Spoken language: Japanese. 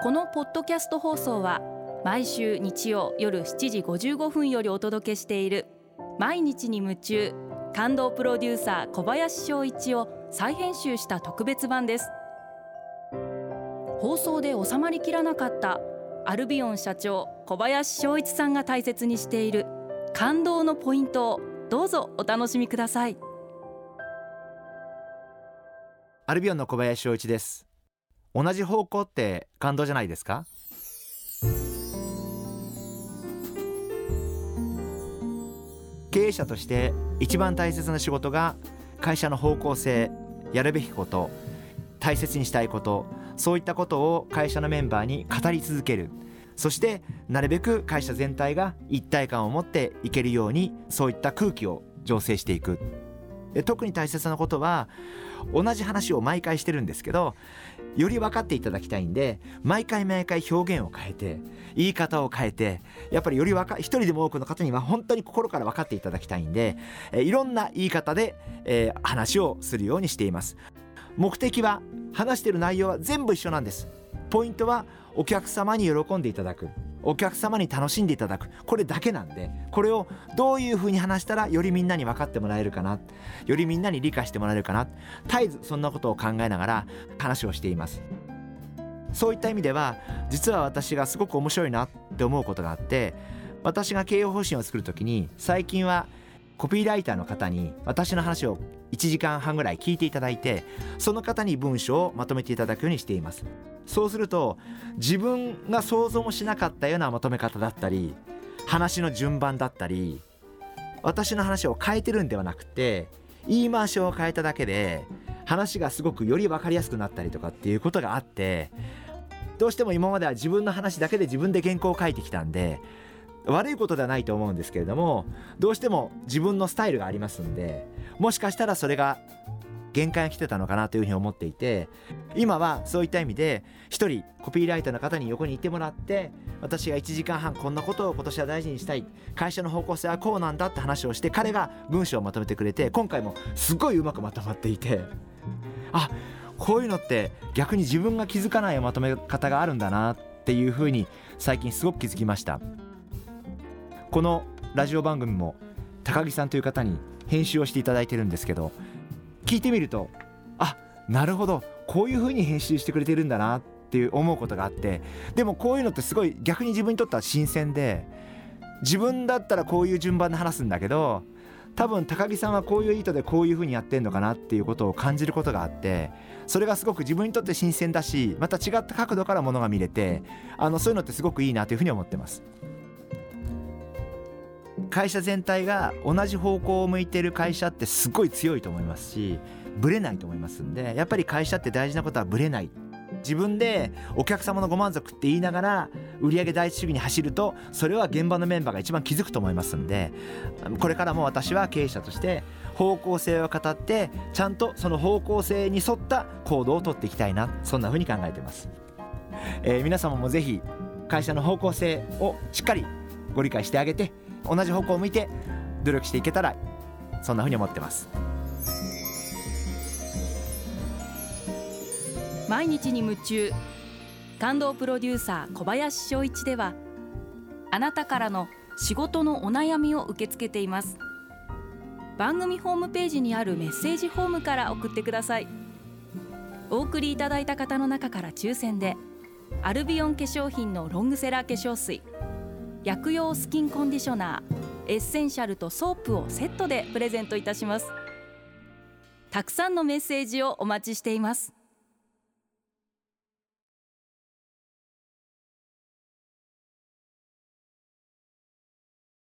このポッドキャスト放送は毎週日曜夜7時55分よりお届けしている毎日に夢中感動プロデューサー小林翔一を再編集した特別版です。放送で収まりきらなかったアルビオン社長小林翔一さんが大切にしている感動のポイントをどうぞお楽しみください。 アルビオンの小林翔一です。同じ方向って感動じゃないですか？経営者として一番大切な仕事が会社の方向性、やるべきこと、大切にしたいこと、そういったことを会社のメンバーに語り続ける。そしてなるべく会社全体が一体感を持っていけるように、そういった空気を醸成していく。特に大切なことは、同じ話を毎回してるんですけど、より分かっていただきたいんで、毎回表現を変えて、言い方を変えて、やっぱりより一人でも多くの方には本当に心から分かっていただきたいんで、いろんな言い方で、話をするようにしています。目的は、話している内容は全部一緒なんです。ポイントはお客様に喜んでいただく、お客様に楽しんでいただく、これだけなんで、これをどういうふうに話したらよりみんなに分かってもらえるかな、よりみんなに理解してもらえるかな、絶えずそんなことを考えながら話をしています。そういった意味では、実は私がすごく面白いなって思うことがあって、私が経営方針を作るときに、最近はコピーライターの方に私の話を1時間半ぐらい聞いていただいて、その方に文章をまとめていただくようにしています。そうすると、自分が想像もしなかったようなまとめ方だったり、話の順番だったり、私の話を変えてるんではなくて、言い回しを変えただけで話がすごくより分かりやすくなったりとかっていうことがあって、どうしても今までは自分の話だけで自分で原稿を書いてきたんで、悪いことではないと思うんですけれども、どうしても自分のスタイルがありますんで、もしかしたらそれが限界が来てたのかなというふうに思っていて、今はそういった意味で一人コピーライターの方に横にいてもらって、私が1時間半こんなことを今年は大事にしたい、会社の方向性はこうなんだって話をして、彼が文章をまとめてくれて、今回もすごいうまくまとまっていて、あ、こういうのって逆に自分が気づかないまとめ方があるんだなっていうふうに最近すごく気づきました。このラジオ番組も高木さんという方に編集をしていただいてるんですけど、聞いてみると、あ、なるほど、こういう風に編集してくれてるんだなっていう思うことがあって、でもこういうのってすごい逆に自分にとっては新鮮で、自分だったらこういう順番で話すんだけど、多分高木さんはこういう意図でこういう風にやってんのかなっていうことを感じることがあって、それがすごく自分にとって新鮮だし、また違った角度からものが見れて、そういうのってすごくいいなというふうに思ってます。会社全体が同じ方向を向いている会社ってすごい強いと思いますし、ブレないと思いますんで、やっぱり会社って大事なことはブレない。自分でお客様のご満足って言いながら売上第一主義に走ると、それは現場のメンバーが一番気づくと思いますんで、これからも私は経営者として方向性を語って、ちゃんとその方向性に沿った行動をとっていきたいな、そんな風に考えています。皆様もぜひ会社の方向性をしっかりご理解してあげて、同じ方向を向いて努力していけたら、そんな風に思ってます。 毎日に夢中感動プロデューサー小林翔一では、あなたからの仕事のお悩みを受け付けています。番組ホームページにあるメッセージフォームから送ってください。お送りいただいた方の中から抽選で、アルビオン化粧品のロングセラー化粧水、薬用スキンコンディショナー、エッセンシャルとソープをセットでプレゼントいたします。たくさんのメッセージをお待ちしています。